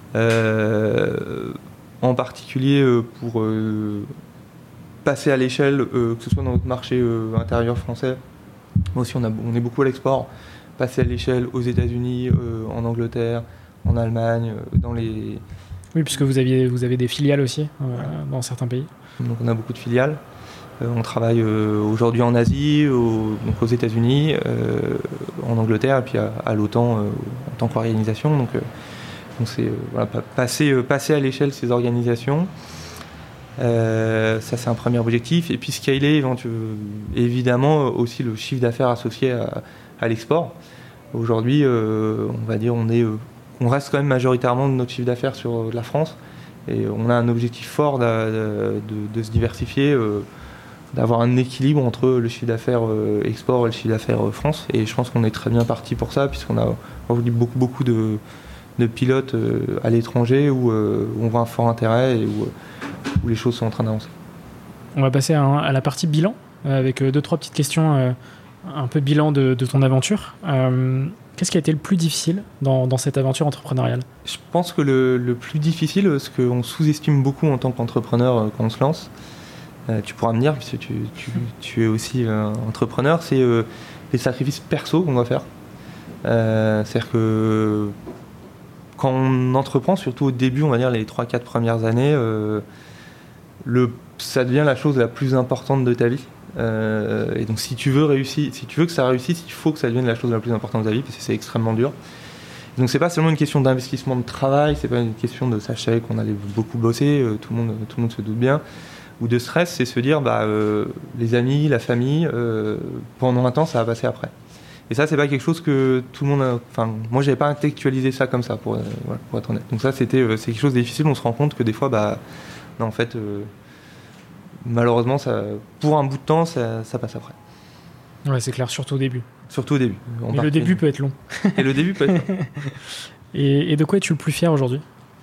[SPEAKER 2] En particulier pour passer à l'échelle, que ce soit dans notre marché intérieur français. Moi aussi, on est beaucoup à l'export. Passer à l'échelle aux États-Unis, en Angleterre, en Allemagne, dans les...
[SPEAKER 1] Oui, puisque vous avez des filiales aussi dans certains pays.
[SPEAKER 2] Donc on a beaucoup de filiales. On travaille aujourd'hui en Asie, donc aux États-Unis, en Angleterre et puis à l'OTAN en tant qu'organisation. Donc c'est passer à l'échelle de ces organisations. Ça c'est un premier objectif. Et puis scaler évidemment aussi le chiffre d'affaires associé à l'export. Aujourd'hui, on va dire on reste quand même majoritairement de notre chiffre d'affaires sur la France. Et on a un objectif fort de se diversifier, d'avoir un équilibre entre le chiffre d'affaires export et le chiffre d'affaires France. Et je pense qu'on est très bien parti pour ça, puisqu'on a aujourd'hui beaucoup de pilotes à l'étranger où on voit un fort intérêt et où les choses sont en train d'avancer.
[SPEAKER 1] On va passer à la partie bilan, avec 2-3 petites questions, un peu bilan de ton aventure. Qu'est-ce qui a été le plus difficile dans cette aventure entrepreneuriale ?
[SPEAKER 2] Je pense que le plus difficile, ce qu'on sous-estime beaucoup en tant qu'entrepreneur quand on se lance, tu pourras me dire, puisque tu es aussi entrepreneur, c'est les sacrifices perso qu'on doit faire. C'est-à-dire que quand on entreprend, surtout au début, on va dire les 3-4 premières années, ça devient la chose la plus importante de ta vie. Et donc si tu veux que ça réussisse, il faut que ça devienne la chose la plus importante de ta vie, parce que c'est extrêmement dur. Donc c'est pas seulement une question d'investissement de travail, c'est pas une question de ça, je savais qu'on allait beaucoup bosser, tout le monde se doute bien, ou de stress, c'est se dire les amis, la famille, pendant un temps ça va passer après. Et ça c'est pas quelque chose que tout le monde moi j'avais pas intellectualisé ça comme ça pour être honnête. Donc ça c'est quelque chose de difficile, on se rend compte que des fois non, en fait malheureusement pour un bout de temps ça passe après.
[SPEAKER 1] Ouais, c'est clair, surtout au début.
[SPEAKER 2] Surtout au début.
[SPEAKER 1] Mais le début peut être long.
[SPEAKER 2] Et le début peut être long.
[SPEAKER 1] Et de quoi es-tu le plus fier aujourd'hui ?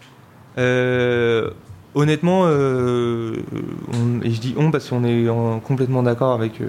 [SPEAKER 2] Honnêtement, et je dis on parce qu'on est complètement d'accord avec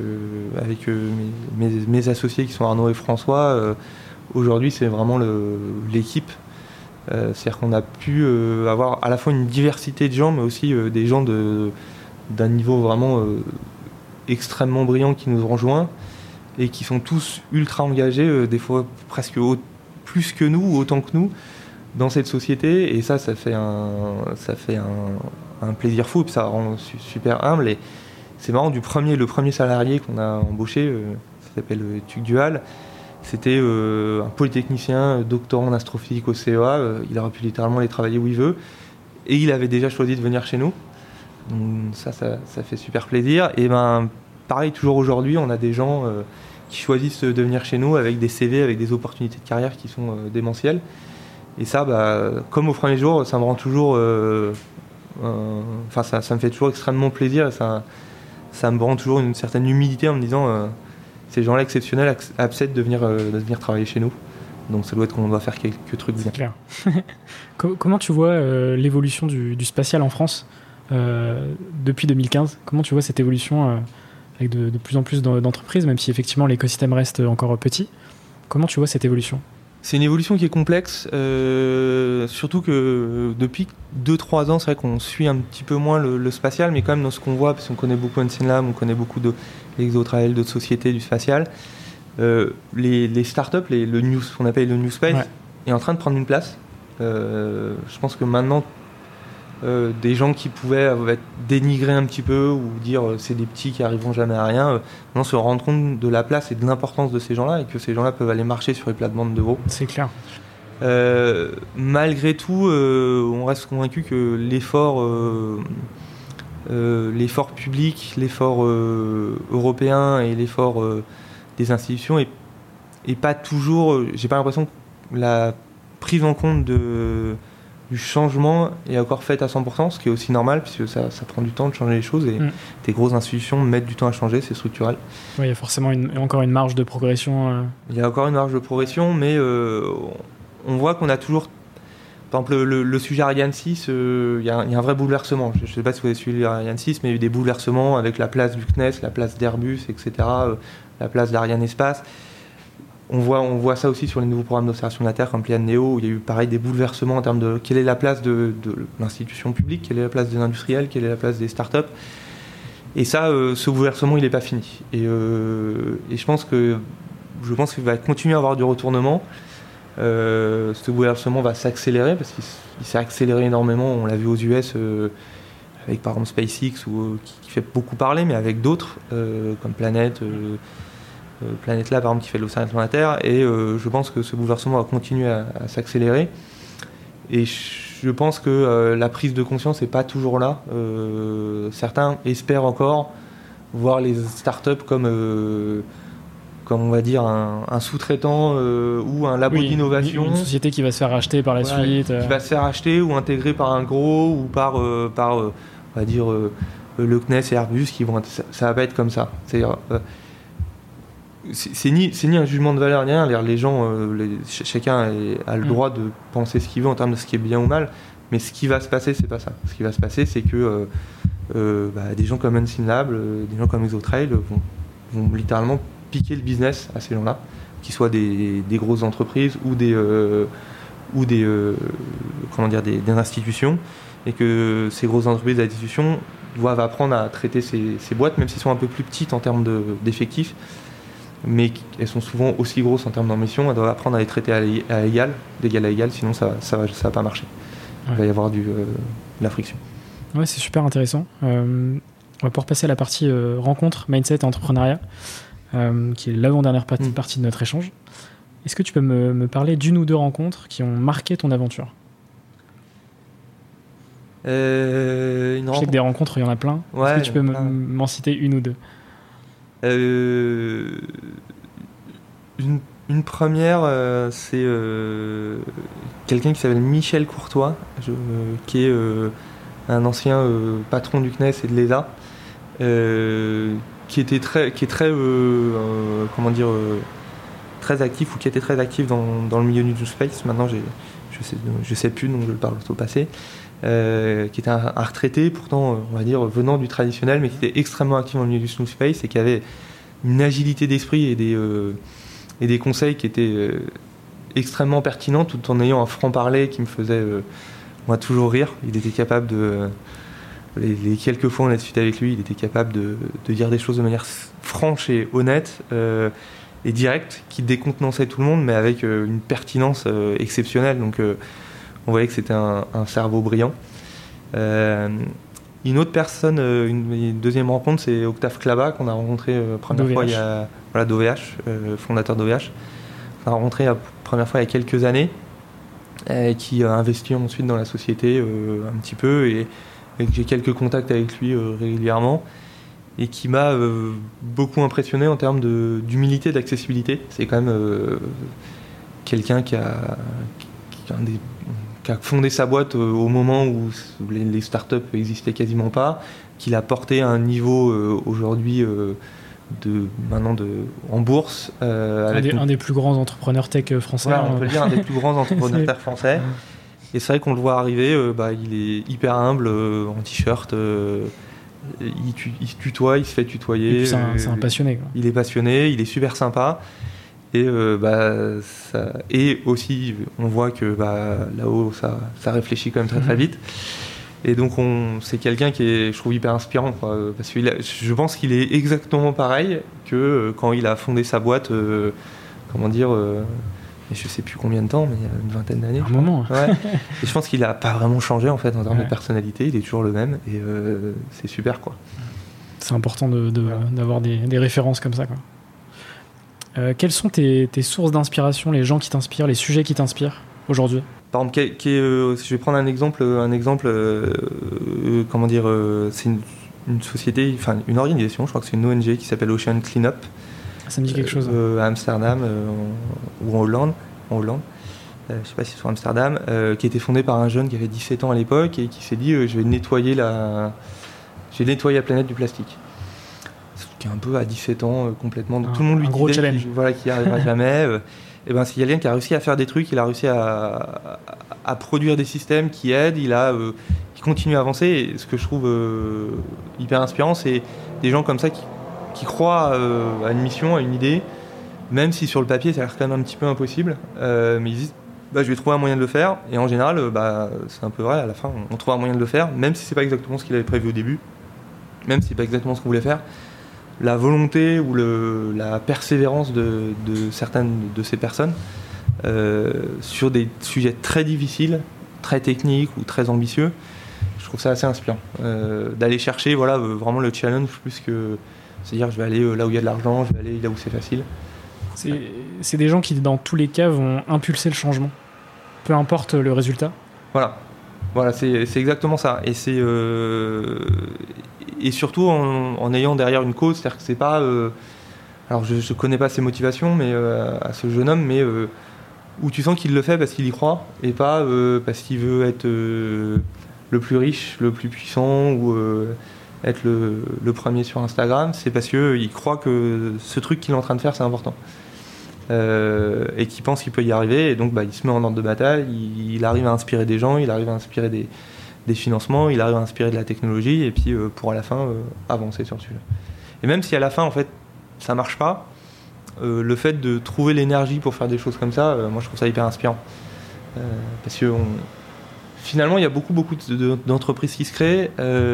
[SPEAKER 2] mes associés qui sont Arnaud et François. Aujourd'hui, c'est vraiment l'équipe. C'est-à-dire qu'on a pu avoir à la fois une diversité de gens, mais aussi des gens d'un niveau vraiment extrêmement brillant qui nous ont rejoints et qui sont tous ultra engagés, des fois presque plus que nous ou autant que nous dans cette société, et ça fait un plaisir fou, et puis ça rend super humble. Et c'est marrant, le premier salarié qu'on a embauché, ça s'appelle Tuc Duhal, c'était un polytechnicien, doctorant en astrophysique au CEA, il aurait pu littéralement aller travailler où il veut, et il avait déjà choisi de venir chez nous. Donc ça fait super plaisir. Et pareil, toujours aujourd'hui, on a des gens qui choisissent de venir chez nous avec des CV, avec des opportunités de carrière qui sont démentielles. Et ça, comme au premier jour, ça me rend toujours... ça me fait toujours extrêmement plaisir, et ça me rend toujours une certaine humilité en me disant ces gens-là exceptionnels acceptent de venir travailler chez nous. Donc ça doit être qu'on doit faire quelques trucs bien.
[SPEAKER 1] C'est clair. Comment tu vois l'évolution du spatial en France depuis 2015 ? Comment tu vois cette évolution avec de plus en plus d'entreprises, même si effectivement l'écosystème reste encore petit ? Comment tu vois cette évolution ?
[SPEAKER 2] C'est une évolution qui est complexe, surtout que depuis 2-3 ans, c'est vrai qu'on suit un petit peu moins le spatial, mais quand même dans ce qu'on voit, parce qu'on connaît beaucoup Ensenlam, on connaît beaucoup d'Exotrail, d'autres sociétés du spatial, les startups, ce qu'on appelle le New Space, est en train de prendre une place. Je pense que maintenant, des gens qui pouvaient être dénigrés un petit peu ou dire c'est des petits qui arriveront jamais à rien, maintenant se rendre compte de la place et de l'importance de ces gens-là, et que ces gens-là peuvent aller marcher sur les plates-bandes de gros.
[SPEAKER 1] C'est clair.
[SPEAKER 2] Malgré tout, on reste convaincu que l'effort public, l'effort européen et l'effort des institutions est pas toujours... j'ai pas l'impression que la prise en compte du changement est encore faite à 100%, ce qui est aussi normal, puisque ça prend du temps de changer les choses, et des grosses institutions mettent du temps à changer, c'est structurel.
[SPEAKER 1] Oui, il y a forcément encore une marge de progression.
[SPEAKER 2] Il y a encore une marge de progression, mais on voit qu'on a toujours... Par exemple, le sujet Ariane 6, il y a un vrai bouleversement. Je ne sais pas si vous avez suivi Ariane 6, mais il y a eu des bouleversements avec la place du CNES, la place d'Airbus, etc., la place d'Ariane Espace. On voit ça aussi sur les nouveaux programmes d'observation de la Terre comme Pléiades Néo, où il y a eu pareil des bouleversements en termes de quelle est la place de l'institution publique, quelle est la place des industriels, quelle est la place des startups. Et ça, ce bouleversement, il n'est pas fini. Et je pense qu'il va continuer à avoir du retournement. Ce bouleversement va s'accélérer, parce qu'il s'est accéléré énormément. On l'a vu aux US avec par exemple SpaceX qui fait beaucoup parler, mais avec d'autres comme Planète Lab par exemple qui fait de l'observation de la Terre, et je pense que ce bouleversement va continuer à s'accélérer, et je pense que la prise de conscience n'est pas toujours là. Certains espèrent encore voir les startups comme on va dire un sous-traitant ou un labo d'innovation.
[SPEAKER 1] Une société qui va se faire racheter par la suite.
[SPEAKER 2] Qui va se faire acheter ou intégrer par un gros ou par on va dire le CNES et Airbus qui vont ça va pas être comme ça. C'est-à-dire c'est ni un jugement de valeur ni rien. Les gens chacun a le droit de penser ce qu'il veut en termes de ce qui est bien ou mal, mais ce qui va se passer, c'est pas ça. Ce qui va se passer, c'est que des gens comme Unseenlab, des gens comme Exotrail vont littéralement piquer le business à ces gens-là, qu'ils soient des grosses entreprises ou des institutions, et que ces grosses entreprises et institutions doivent apprendre à traiter ces boîtes, même si elles sont un peu plus petites en termes d'effectifs, mais elles sont souvent aussi grosses en termes d'ambition. Elles doivent apprendre à les traiter d'égal à égal, sinon ça va pas marcher. Il va y avoir de la friction.
[SPEAKER 1] Ouais, c'est super intéressant. On va pouvoir passer à la partie rencontre, mindset et entrepreneuriat, qui est l'avant-dernière partie de notre échange. Est-ce que tu peux me parler d'une ou deux rencontres qui ont marqué ton aventure ? Je sais que des rencontres, il y en a plein. Est-ce que tu peux m'en citer une ou deux ?
[SPEAKER 2] Une première, c'est quelqu'un qui s'appelle Michel Courtois, qui est un ancien patron du CNES et de l'ESA, qui est très actif, ou qui était très actif dans le milieu du New Space. Maintenant, je sais plus, donc je le parle au passé. Qui était un retraité, pourtant, on va dire, venant du traditionnel, mais qui était extrêmement actif dans le milieu du New Space et qui avait une agilité d'esprit et des conseils qui étaient extrêmement pertinents, tout en ayant un franc-parler qui me faisait moi toujours rire. Il était capable les quelques fois où on a discuté avec lui, il était capable de dire des choses de manière franche et honnête et directe, qui décontenançait tout le monde, mais avec une pertinence exceptionnelle. Donc on voyait que c'était un cerveau brillant. Une autre personne, une deuxième rencontre, c'est Octave Klaba, qu'on a rencontré première fois d'OVH, fondateur d'OVH. On a rencontré la première fois il y a quelques années, qui a investi ensuite dans la société un petit peu, et que j'ai quelques contacts avec lui régulièrement, et qui m'a beaucoup impressionné en termes d'humilité et d'accessibilité. C'est quand même quelqu'un qui a fondé sa boîte au moment où les startups n'existaient quasiment pas, qu'il a porté à un niveau aujourd'hui en bourse.
[SPEAKER 1] Un des plus grands entrepreneurs tech français.
[SPEAKER 2] Ouais, on peut le dire, un des plus grands entrepreneurs tech français. Et c'est vrai qu'on le voit arriver, il est hyper humble, en t-shirt, il se tutoie, il se fait tutoyer.
[SPEAKER 1] C'est un passionné, quoi.
[SPEAKER 2] Il est passionné, il est super sympa. Et aussi, on voit que là-haut, ça réfléchit quand même très très vite. Et donc, c'est quelqu'un qui est, je trouve, hyper inspirant, quoi, parce que je pense qu'il est exactement pareil que quand il a fondé sa boîte, je sais plus combien de temps, mais il y a une vingtaine d'années.
[SPEAKER 1] Un moment.
[SPEAKER 2] Ouais. Et je pense qu'il n'a pas vraiment changé en fait en termes de personnalité, il est toujours le même, et c'est super, quoi.
[SPEAKER 1] C'est important d'avoir des références comme ça, quoi. Quelles sont tes sources d'inspiration, les gens qui t'inspirent, les sujets qui t'inspirent aujourd'hui ?
[SPEAKER 2] Par exemple, je vais prendre un exemple, c'est une société, enfin une organisation, je crois que c'est une ONG qui s'appelle Ocean Cleanup.
[SPEAKER 1] Ça me dit quelque chose.
[SPEAKER 2] À Amsterdam ou en Hollande. Je ne sais pas si c'est sur Amsterdam, qui a été fondée par un jeune qui avait 17 ans à l'époque et qui s'est dit je vais nettoyer la planète du plastique. Qui est un peu à 17 ans complètement. Donc tout le monde lui disait qu'il n'y arrivera jamais. Et ben, c'est quelqu'un qui a réussi à faire des trucs, il a réussi à produire des systèmes qui aident, qui continue à avancer. Et ce que je trouve hyper inspirant, c'est des gens comme ça qui croient à une mission, à une idée, même si sur le papier ça a l'air quand même un petit peu impossible, mais ils disent je vais trouver un moyen de le faire, et en général c'est un peu vrai, à la fin on trouve un moyen de le faire, même si c'est pas exactement ce qu'il avait prévu au début, même si c'est pas exactement ce qu'on voulait faire. La volonté ou la persévérance de certaines de ces personnes sur des sujets très difficiles, très techniques ou très ambitieux, Je trouve ça assez inspirant. D'aller chercher vraiment le challenge plus que c'est-à-dire je vais aller là où il y a de l'argent, je vais aller là où c'est facile.
[SPEAKER 1] C'est des gens qui, dans tous les cas, vont impulser le changement, peu importe le résultat.
[SPEAKER 2] Voilà, c'est exactement ça. Et et surtout en ayant derrière une cause, c'est-à-dire que c'est pas. Alors je connais pas ses motivations, mais à ce jeune homme, mais où tu sens qu'il le fait parce qu'il y croit et pas parce qu'il veut être le plus riche, le plus puissant ou être le premier sur Instagram. C'est parce qu'il croit que ce truc qu'il est en train de faire, c'est important. Et qui pense qu'il peut y arriver, et donc il se met en ordre de bataille, il arrive à inspirer des gens, il arrive à inspirer des financements, il arrive à inspirer de la technologie, et puis pour à la fin avancer sur le sujet. Et même si à la fin en fait ça marche pas, le fait de trouver l'énergie pour faire des choses comme ça, moi je trouve ça hyper inspirant. Parce que finalement il y a beaucoup d'entreprises qui se créent.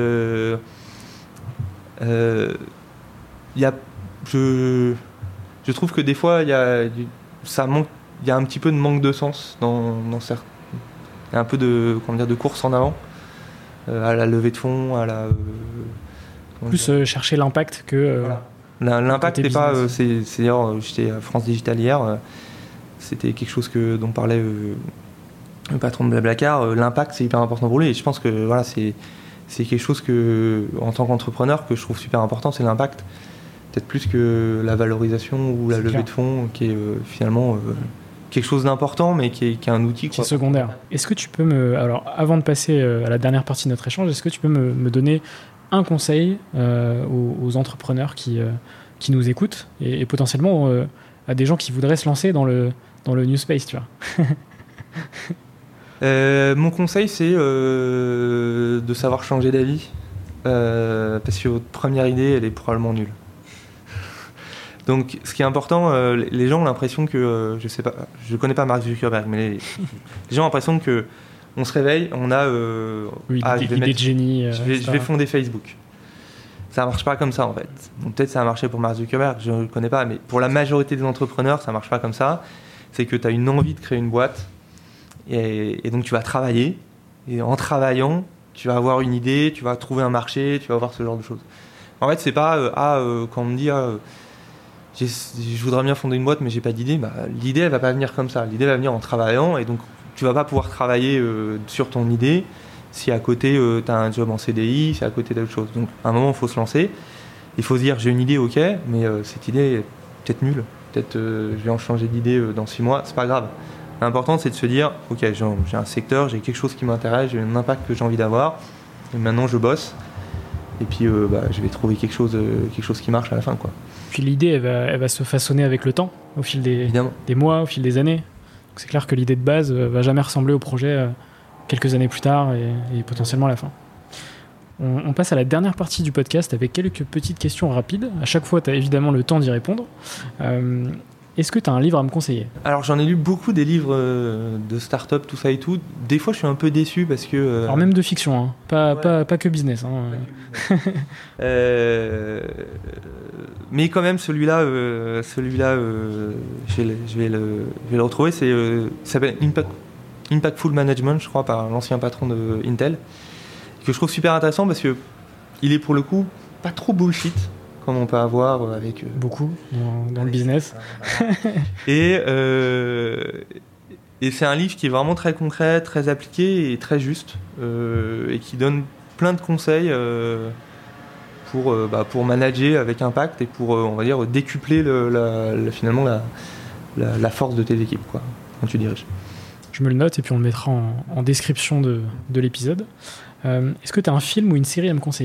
[SPEAKER 2] Je trouve que des fois, il y a un petit peu de manque de sens dans certains. Il y a un peu de course en avant à la levée de fonds, à la.
[SPEAKER 1] Plus chercher l'impact que.
[SPEAKER 2] Voilà. L'impact n'est pas. C'est d'ailleurs, j'étais à France Digital hier. C'était quelque chose dont parlait le patron de Blablacar. L'impact, c'est hyper important pour lui. Et je pense que voilà, c'est quelque chose que, en tant qu'entrepreneur, que je trouve super important, c'est l'impact. Peut-être plus que la valorisation ou la levée de fonds, qui est finalement quelque chose d'important, mais qui est un outil.
[SPEAKER 1] Qui est secondaire. Est-ce que tu peux alors avant de passer à la dernière partie de notre échange, est-ce que tu peux me donner un conseil aux entrepreneurs qui nous écoutent et potentiellement à des gens qui voudraient se lancer dans le New Space, tu vois?
[SPEAKER 2] Mon conseil, c'est de savoir changer d'avis, parce que votre première idée, elle est probablement nulle. Donc, ce qui est important, les gens ont l'impression que, je sais pas, je connais pas Mark Zuckerberg, mais les gens ont l'impression que on se réveille, on a
[SPEAKER 1] l'idée de génie.
[SPEAKER 2] Je vais fonder Facebook. Ça marche pas comme ça en fait. Bon, peut-être ça a marché pour Mark Zuckerberg, je ne le connais pas, mais pour la majorité des entrepreneurs, ça marche pas comme ça. C'est que tu as une envie de créer une boîte et donc tu vas travailler, et en travaillant, tu vas avoir une idée, tu vas trouver un marché, tu vas voir ce genre de choses. En fait, c'est pas quand on me dit je voudrais bien fonder une boîte mais j'ai pas d'idée, l'idée elle va pas venir comme ça. L'idée va venir en travaillant, et donc tu vas pas pouvoir travailler sur ton idée si à côté tu as un job en CDI, si à côté d'autres choses. Donc à un moment il faut se lancer, il faut se dire j'ai une idée, ok, mais cette idée est peut-être nulle, peut-être je vais en changer d'idée dans 6 mois, c'est pas grave. L'important c'est de se dire ok, j'ai un secteur, j'ai quelque chose qui m'intéresse, j'ai un impact que j'ai envie d'avoir, et maintenant je bosse, et puis je vais trouver quelque chose qui marche à la fin, quoi.
[SPEAKER 1] Puis l'idée elle va se façonner avec le temps, au fil des mois, au fil des années. Donc c'est clair que l'idée de base va jamais ressembler au projet quelques années plus tard et potentiellement à la fin. On passe à la dernière partie du podcast avec quelques petites questions rapides. À chaque fois, tu as évidemment le temps d'y répondre. Est-ce que tu as un livre à me conseiller ?
[SPEAKER 2] Alors j'en ai lu beaucoup, des livres de start-up, tout ça et tout. Des fois je suis un peu déçu parce que...
[SPEAKER 1] Alors même de fiction, hein. Pas que business. Hein.
[SPEAKER 2] Mais quand même celui-là je vais le retrouver. Ça s'appelle Impactful Management, je crois, par l'ancien patron de Intel, que je trouve super intéressant parce que il est pour le coup pas trop bullshit comme on peut avoir avec
[SPEAKER 1] beaucoup dans le business.
[SPEAKER 2] Et c'est un livre qui est vraiment très concret, très appliqué et très juste, et qui donne plein de conseils pour manager avec impact et pour on va dire décupler finalement la force de tes équipes, quoi, quand tu diriges.
[SPEAKER 1] Je me le note et puis on le mettra en description de l'épisode. Est-ce que tu as un film ou une série à me conseiller ?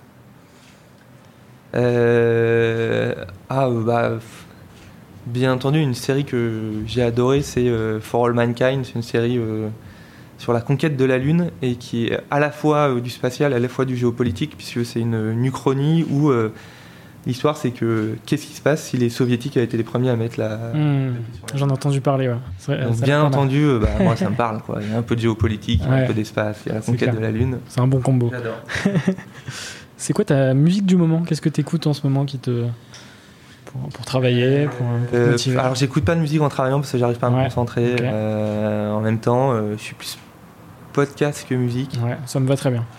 [SPEAKER 2] Bien entendu, une série que j'ai adorée, c'est For All Mankind. C'est une série sur la conquête de la Lune et qui est à la fois du spatial, à la fois du géopolitique, puisque c'est une uchronie où l'histoire, c'est que qu'est-ce qui se passe si les soviétiques avaient été les premiers à mettre la...
[SPEAKER 1] J'en ai entendu parler, ouais.
[SPEAKER 2] Donc, bien entendu, moi ça me parle, quoi. Il y a un peu de géopolitique, il y a un peu d'espace, il y a la conquête de la Lune.
[SPEAKER 1] C'est un bon combo.
[SPEAKER 2] J'adore.
[SPEAKER 1] C'est quoi ta musique du moment ? Qu'est-ce que tu écoutes en ce moment pour travailler, pour te motiver ?
[SPEAKER 2] Alors j'écoute pas de musique en travaillant parce que j'arrive pas à me concentrer. En même temps, je suis plus podcast que musique.
[SPEAKER 1] Ouais, ça me va très bien.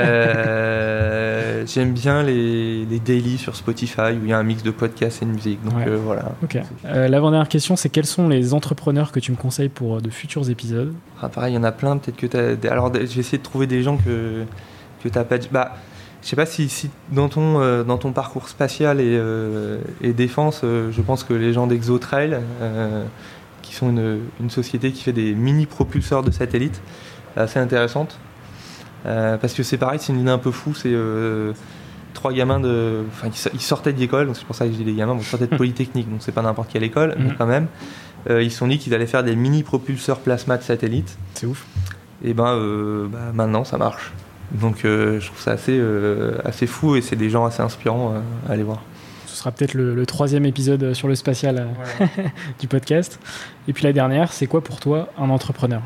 [SPEAKER 2] J'aime bien les daily sur Spotify où il y a un mix de podcast et de musique. Donc voilà.
[SPEAKER 1] Ok. L'avant-dernière question, c'est quels sont les entrepreneurs que tu me conseilles pour de futurs épisodes?
[SPEAKER 2] Pareil, il y en a plein. Peut-être que alors, je vais essayer de trouver des gens que t'as pas dit. Je sais pas si dans ton parcours spatial et défense, je pense que les gens d'Exotrail, qui sont une société qui fait des mini propulseurs de satellites, assez intéressante. Parce que c'est pareil, c'est une idée un peu fou. C'est 3 gamins ils sortaient de l'école, donc c'est pour ça que je dis les gamins. Ils sortaient de Polytechnique, donc c'est pas n'importe quelle école, mais quand même. Ils se sont dit qu'ils allaient faire des mini propulseurs plasma de satellites.
[SPEAKER 1] C'est ouf.
[SPEAKER 2] Et maintenant ça marche. Donc je trouve ça assez fou et c'est des gens assez inspirants à aller voir.
[SPEAKER 1] Ce sera peut-être le 3e épisode sur le spatial du podcast. Et puis la dernière, c'est quoi pour toi un entrepreneur?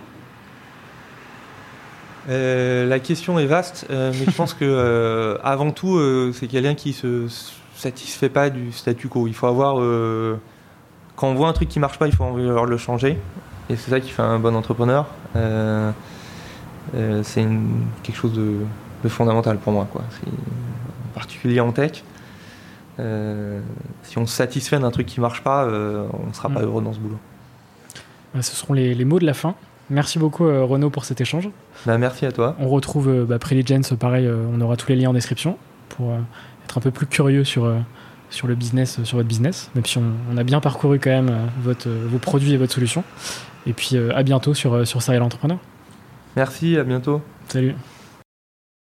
[SPEAKER 2] La question est vaste, mais je pense que avant tout, c'est quelqu'un qui se satisfait pas du statu quo. Il faut avoir, quand on voit un truc qui marche pas, il faut vouloir le changer. Et c'est ça qui fait un bon entrepreneur. C'est quelque chose de fondamental pour moi, quoi. En particulier en tech. Si on se satisfait d'un truc qui marche pas, on ne sera pas heureux dans ce boulot.
[SPEAKER 1] Ce seront les mots de la fin. Merci beaucoup Renaud pour cet échange.
[SPEAKER 2] Merci à toi.
[SPEAKER 1] On retrouve Preligence, pareil, on aura tous les liens en description pour être un peu plus curieux sur le business, sur votre business, même si on a bien parcouru quand même vos produits et votre solution. Et puis à bientôt sur Serial Entrepreneur.
[SPEAKER 2] Merci, à bientôt.
[SPEAKER 1] Salut.